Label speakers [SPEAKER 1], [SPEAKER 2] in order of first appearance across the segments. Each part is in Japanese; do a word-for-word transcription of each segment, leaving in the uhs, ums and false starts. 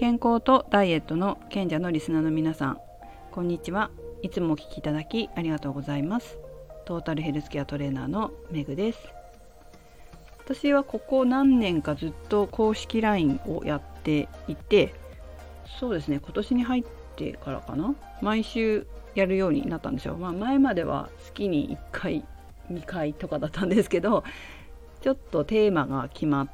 [SPEAKER 1] 健康とダイエットの賢者のリスナーの皆さん、こんにちは。いつもお聞きいただきありがとうございます。トータルヘルスケアトレーナーのめぐです。私はここ何年かずっと公式 ライン をやっていて、そうですね、今年に入ってからかな、毎週やるようになったんですよ。まあ、前までは月にいっかいにかいとかだったんですけど、ちょっとテーマが決まって、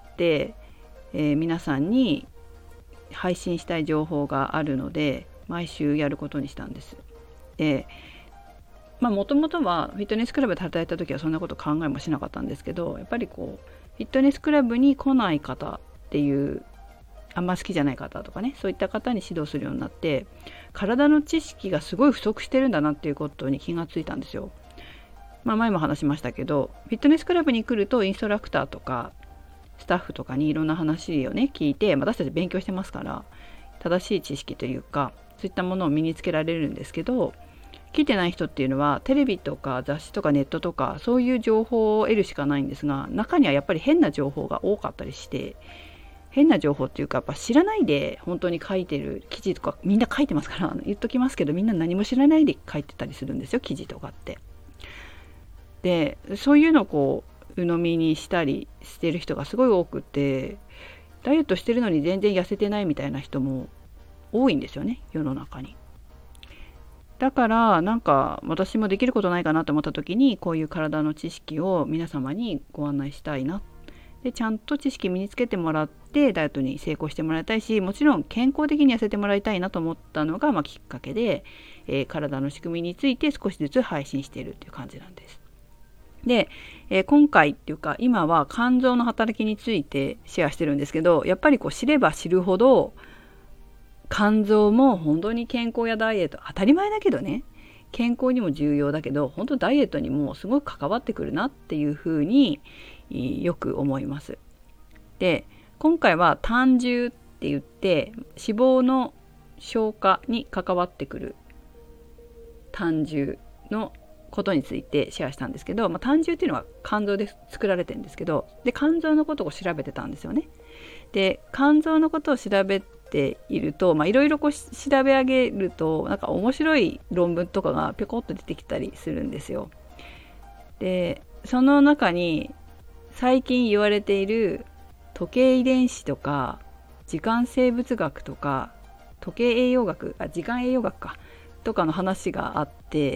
[SPEAKER 1] えー、皆さんに配信したい情報があるので毎週やることにしたんです。で、まあもともとはフィットネスクラブで働いた時はそんなこと考えもしなかったんですけど、やっぱりこうフィットネスクラブに来ない方っていう、あんま好きじゃない方とかね、そういった方に指導するようになって、体の知識がすごい不足してるんだなっていうことに気がついたんですよ。まあ前も話しましたけど、フィットネスクラブに来るとインストラクターとかスタッフとかにいろんな話をね聞いて、私たち勉強してますから正しい知識というかそういったものを身につけられるんですけど、聞いてない人っていうのはテレビとか雑誌とかネットとかそういう情報を得るしかないんですが、中にはやっぱり変な情報が多かったりして、変な情報っていうかやっぱ知らないで本当に書いてる記事とかみんな書いてますから、言っときますけどみんな何も知らないで書いてたりするんですよ、記事とかって。でそういうのをこう鵜呑みにしたりしてる人がすごい多くて、ダイエットしてるのに全然痩せてないみたいな人も多いんですよね、世の中に。だからなんか私もできることないかなと思った時に、こういう体の知識を皆様にご案内したいな。でちゃんと知識身につけてもらってダイエットに成功してもらいたいし、もちろん健康的に痩せてもらいたいなと思ったのが、まあ、きっかけで、えー、体の仕組みについて少しずつ配信しているっていう感じなんです。で、えー、今回っていうか今は肝臓の働きについてシェアしてるんですけど、やっぱりこう知れば知るほど肝臓も本当に健康やダイエット、当たり前だけどね、健康にも重要だけど本当ダイエットにもすごく関わってくるなっていうふうによく思います。で今回は胆汁って言って脂肪の消化に関わってくる胆汁のことについてシェアしたんですけど、まあ、胆汁っていうのは肝臓で作られてるんですけど、で肝臓のことを調べてたんですよね。で肝臓のことを調べていると、いろいろ調べ上げるとなんか面白い論文とかがぴょこっと出てきたりするんですよ。でその中に最近言われている時計遺伝子とか時間生物学とか時計栄養学、あ時間栄養学かとかの話があって、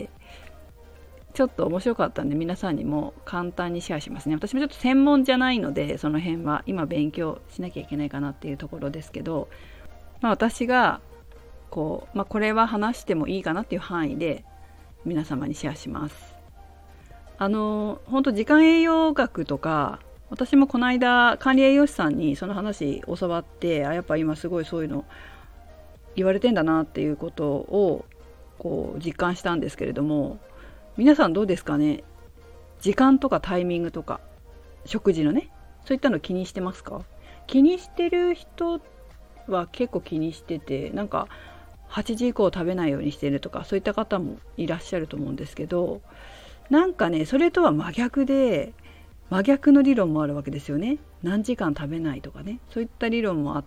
[SPEAKER 1] ちょっと面白かったんで皆さんにも簡単にシェアしますね。私もちょっと専門じゃないのでその辺は今勉強しなきゃいけないかなっていうところですけど、まあ、私がこう、まあ、これは話してもいいかなっていう範囲で皆様にシェアします。あの本当時間栄養学とか、私もこの間管理栄養士さんにその話教わって、あやっぱ今すごいそういうの言われてんだなっていうことをこう実感したんですけれども、皆さんどうですかね。時間とかタイミングとか食事のね、そういったの気にしてますか？気にしてる人は結構気にしてて、なんかはちじ以降食べないようにしてるとかそういった方もいらっしゃると思うんですけど、なんかねそれとは真逆で、真逆の理論もあるわけですよね。何時間食べないとかね、そういった理論もあって、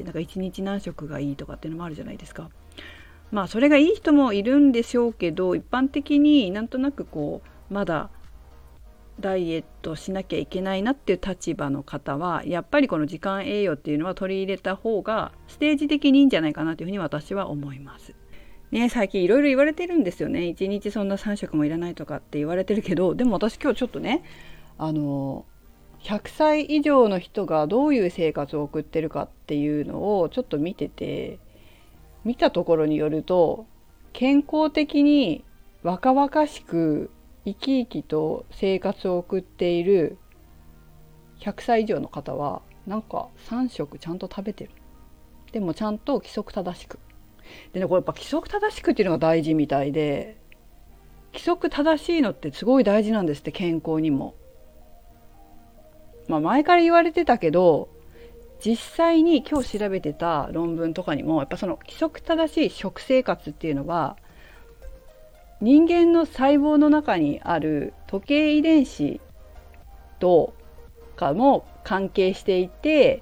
[SPEAKER 1] なんかいちにち何食がいいとかっていうのもあるじゃないですか。まあそれがいい人もいるんでしょうけど、一般的になんとなくこうまだダイエットしなきゃいけないなっていう立場の方は、やっぱりこの時間栄養っていうのは取り入れた方がステージ的にいいんじゃないかなというふうに私は思いますね。最近いろいろ言われてるんですよね。いちにちそんなさん食もいらないとかって言われてるけど、でも私今日ちょっとね、あのひゃくさい以上の人がどういう生活を送ってるかっていうのをちょっと見てて、見たところによると、健康的に若々しく生き生きと生活を送っているひゃくさい以上の方はなんかさん食ちゃんと食べてる。でもちゃんと規則正しくでね、これやっぱ規則正しくっていうのが大事みたいで、規則正しいのってすごい大事なんですって、健康にも。まあ前から言われてたけど、実際に今日調べてた論文とかにもやっぱその規則正しい食生活っていうのは人間の細胞の中にある時計遺伝子とかも関係していて、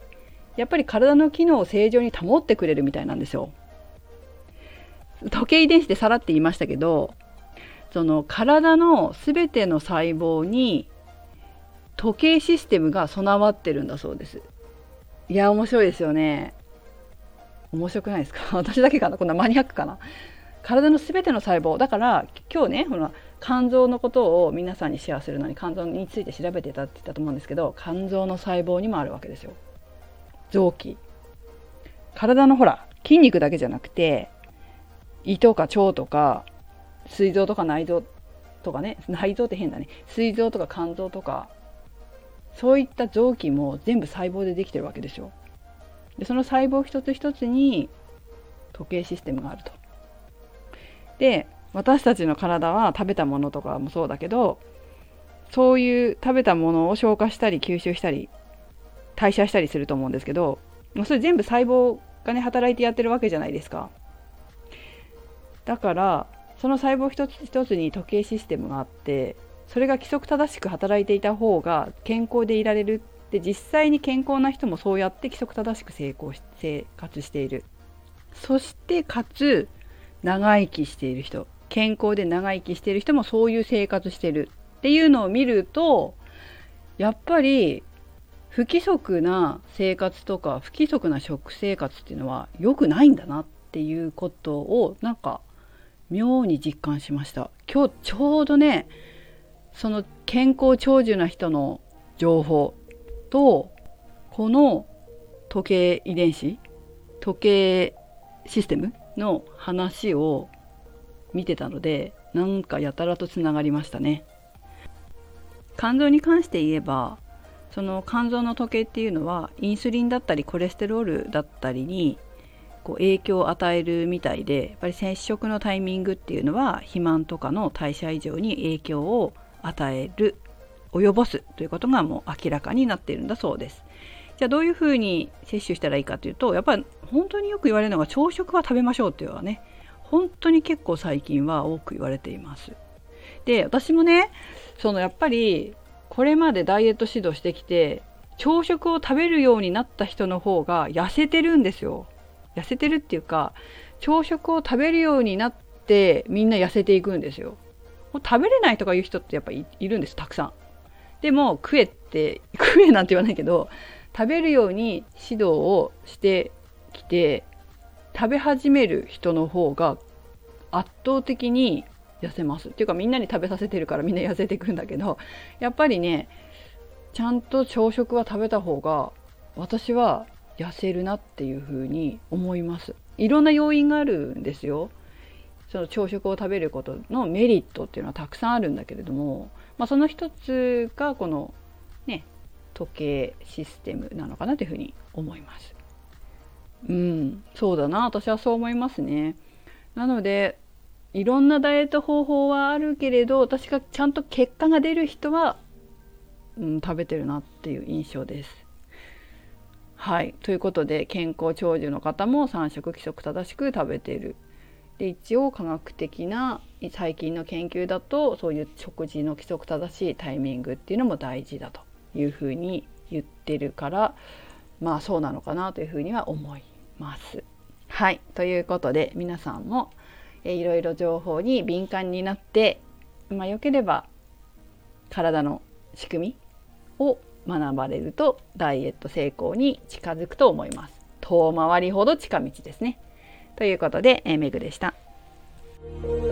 [SPEAKER 1] やっぱり体の機能を正常に保ってくれるみたいなんですよ。時計遺伝子ってさらって言いましたけど、その体のすべての細胞に時計システムが備わってるんだそうです。いや面白いですよね。面白くないですか？私だけかな、こんなマニアックかな。体のすべての細胞だから、今日ねほら肝臓のことを皆さんにシェアするのに肝臓について調べてたって言ったと思うんですけど、肝臓の細胞にもあるわけですよ。臓器、体のほら筋肉だけじゃなくて胃とか腸とか膵臓とか内臓とかね、内臓って変だね、膵臓とか肝臓とか、そういった臓器も全部細胞でできてるわけですよ。でその細胞一つ一つに時計システムがあると。で私たちの体は食べたものとかもそうだけど、そういう食べたものを消化したり吸収したり代謝したりすると思うんですけど、それ全部細胞がね働いてやってるわけじゃないですか。だからその細胞一つ一つに時計システムがあって、それが規則正しく働いていた方が健康でいられるって、実際に健康な人もそうやって規則正しく成功し生活している。そしてかつ長生きしている人、健康で長生きしている人もそういう生活しているっていうのを見ると、やっぱり不規則な生活とか不規則な食生活っていうのは良くないんだなっていうことをなんか妙に実感しました。今日ちょうどね、その健康長寿な人の情報とこの時計遺伝子、時計システムの話を見てたので、なんかやたらとつながりましたね。肝臓に関して言えば、その肝臓の時計っていうのはインスリンだったりコレステロールだったりにこう影響を与えるみたいで、やっぱり摂食のタイミングっていうのは肥満とかの代謝異常に影響を与える、及ぼすということがもう明らかになっているんだそうです。じゃあどういうふうに摂取したらいいかというと、やっぱり本当によく言われるのが朝食は食べましょうっていうのはね、本当に結構最近は多く言われています。で私もね、そのやっぱりこれまでダイエット指導してきて朝食を食べるようになった人の方が痩せてるんですよ。痩せてるっていうか、朝食を食べるようになってみんな痩せていくんですよ。食べれないとかいう人ってやっぱりいるんです、たくさん。でも食えって食えなんて言わないけど、食べるように指導をしてきて食べ始める人の方が圧倒的に痩せますっていうか、みんなに食べさせてるからみんな痩せていくんだけど、やっぱりねちゃんと朝食は食べた方が私は痩せるなっていうふうに思います。いろんな要因があるんですよ。その朝食を食べることのメリットっていうのはたくさんあるんだけれども、まあ、その一つがこのね時計システムなのかなというふうに思います。うん、そうだな、私はそう思いますね。なのでいろんなダイエット方法はあるけれど、私がちゃんと結果が出る人は、うん、食べてるなっていう印象です。はい、ということで健康長寿の方もさん食規則正しく食べている。で一応科学的な最近の研究だと、そういう食事の規則正しいタイミングっていうのも大事だというふうに言ってるから、まあそうなのかなというふうには思います。はい、ということで皆さんもえいろいろ情報に敏感になって、まあ、よければ体の仕組みを学ばれるとダイエット成功に近づくと思います。遠回りほど近道ですね。ということで、えー、めぐでした。